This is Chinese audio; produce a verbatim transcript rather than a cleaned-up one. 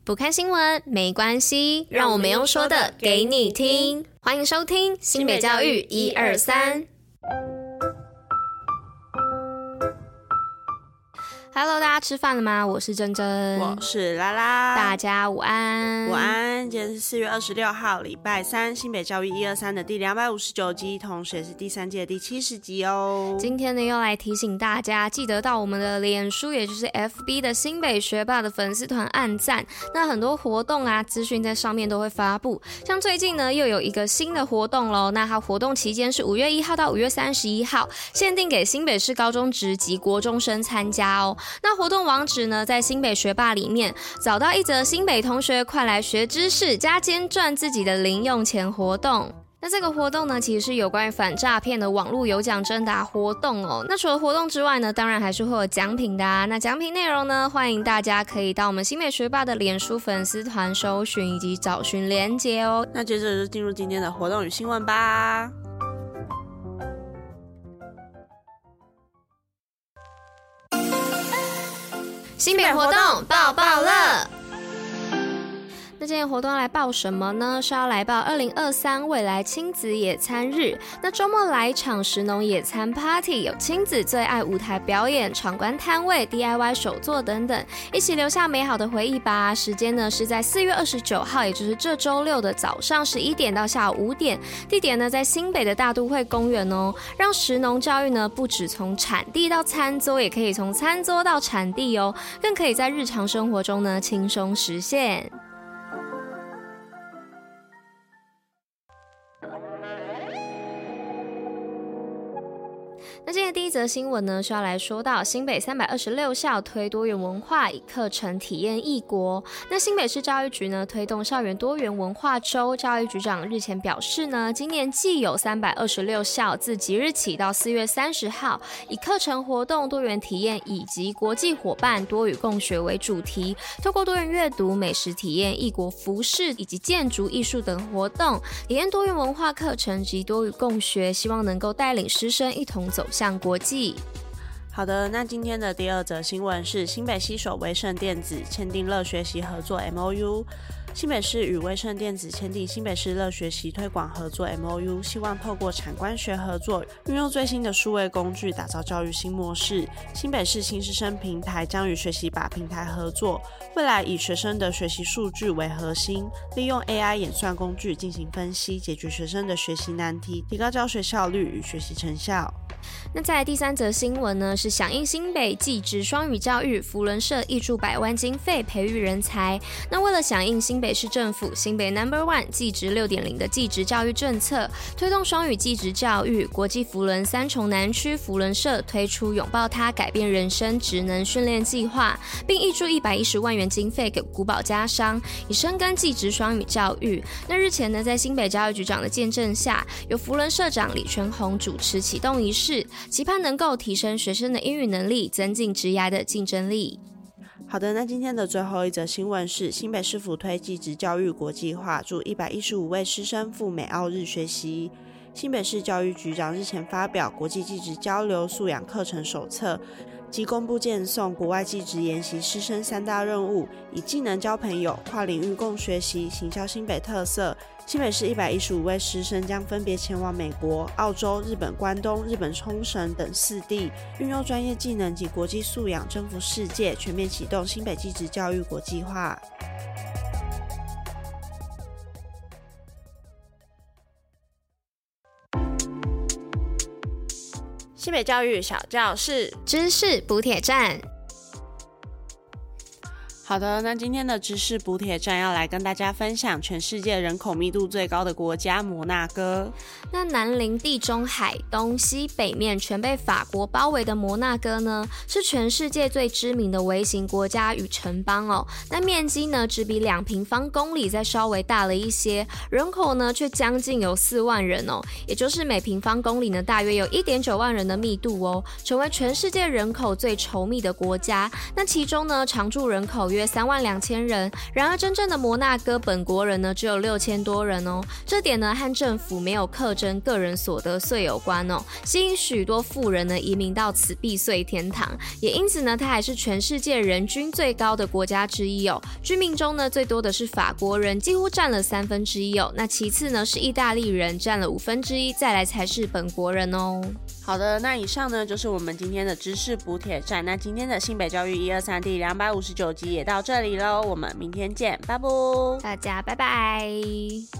不看新闻没关系，让我们用说的给你听。欢迎收听新北教育一二三。Hello， 大家吃饭了吗？我是珍珍， 我是拉拉， 大家午安。 午安，今天是四月二十六号，礼拜三，新北教育一二三的第两百五十九集，同时也是第三届的第七十集哦。 今天呢，又来提醒大家，记得到我们的脸书，也就是 F B 的新北学霸的粉丝团按赞。那很多活动啊，资讯在上面都会发布。像最近呢，又有一个新的活动咯，那它活动期间是五月一号到五月三十一号，限定给新北市高中职及国中生参加哦。那活动网址呢，在新北学霸里面找到一则新北同学快来学知识加兼赚自己的零用钱活动。那这个活动呢，其实是有关于反诈骗的网络有奖征答活动哦。那除了活动之外呢，当然还是会有奖品的啊。那奖品内容呢，欢迎大家可以到我们新北学霸的脸书粉丝团搜寻以及找寻连结哦。 那接着就进入今天的活动与新闻吧。 新北活动报报乐。那今天活动要来报什么呢？是要来报二零二三未来亲子野餐日。那周末来一场食农野餐 Party， 有亲子最爱舞台表演、场馆摊位、D I Y 手作等等，一起留下美好的回忆吧。时间呢是在四月二十九号，也就是这周六的早上十一点到下午五点。地点呢在新北的大都会公园哦。让食农教育呢不只从产地到餐桌，也可以从餐桌到产地哦，更可以在日常生活中呢轻松实现。那今天的第一则新闻呢，是要来说到新北三百二十六校推多元文化，以课程体验异国。那新北市教育局呢，推动校园多元文化周，教育局长日前表示呢，今年既有三百二十六校自即日起到四月三十号，以课程活动、多元体验以及国际伙伴多语共学为主题，透过多元阅读、美食体验、异国服饰以及建筑艺术等活动，体验多元文化课程及多语共学，希望能够带领师生一同走向国际。 好的，那今天的第二则新闻是新北携手威盛电子签订乐学习合作 M O U。新北市与威盛电子签订新北市乐学习推广合作 M O U， 希望透过产官学合作，运用最新的数位工具，打造教育新模式。新北市新师生平台将与学习吧平台合作，未来以学生的学习数据为核心，利用 A I 演算工具进行分析，解决学生的学习难题，提高教学效率与学习成效。 那再来第三则新闻呢，是响应新北技职双语教育，扶轮社挹注百万经费培育人才。那为了响应新北市政府新北 Number One 技职 六点零 的技职教育政策，推动双语技职教育，国际扶轮三重南区扶轮社推出拥抱它改变人生职能训练计划，并挹注一百一十万元经费给古堡家商，以深耕技职双语教育。那日前呢，在新北教育局长的见证下，由扶轮社长李全宏主持启动仪式，期盼能够提升学生的英语能力，增进职涯的竞争力。 好的，那今天的最后一则新闻是新北市府推技职教育国际化，助一百一十五位师生赴美澳日学习。新北市教育局长日前发表国际技职交流素养课程手册，及公布荐送国外技职研习师生三大任务，以技能交朋友、跨领域共学习、行销新北特色。新北市一百一十五位师生将分别前往美国、澳洲、日本关东、日本冲绳等四地，运用专业技能及国际素养征服世界，全面启动新北技职教育国际化。新北教育小教室， 知识补铁站。 好的，那今天的知识补铁站要来跟大家分享全世界人口密度最高的国家摩纳哥。 那南临地中海，东西北面全被法国包围的摩纳哥呢，是全世界最知名的微型国家与城邦哦。那面积呢，只比两平方公里再稍微大了一些，人口呢却将近有四万人哦，也就是每平方公里呢大约有 一点九万人的密度哦，成为全世界人口最稠密的国家。那其中呢，常住人口约三万两千人，然而真正的摩纳哥本国人呢只有六千多人哦。这点呢和政府没有课征个人所得税有关哦，吸引许多富人呢移民到此避税天堂，也因此呢它还是全世界人均最高的国家之一哦。居民中呢最多的是法国人，几乎占了三分之一哦。那其次呢是意大利人，占了五分之一，再来才是本国人哦。 好的，那以上呢就是我们今天的知识补帖站。那今天的新北教育一二三第两百五十九集也到这里喽，我们明天见，拜拜， 大家拜拜。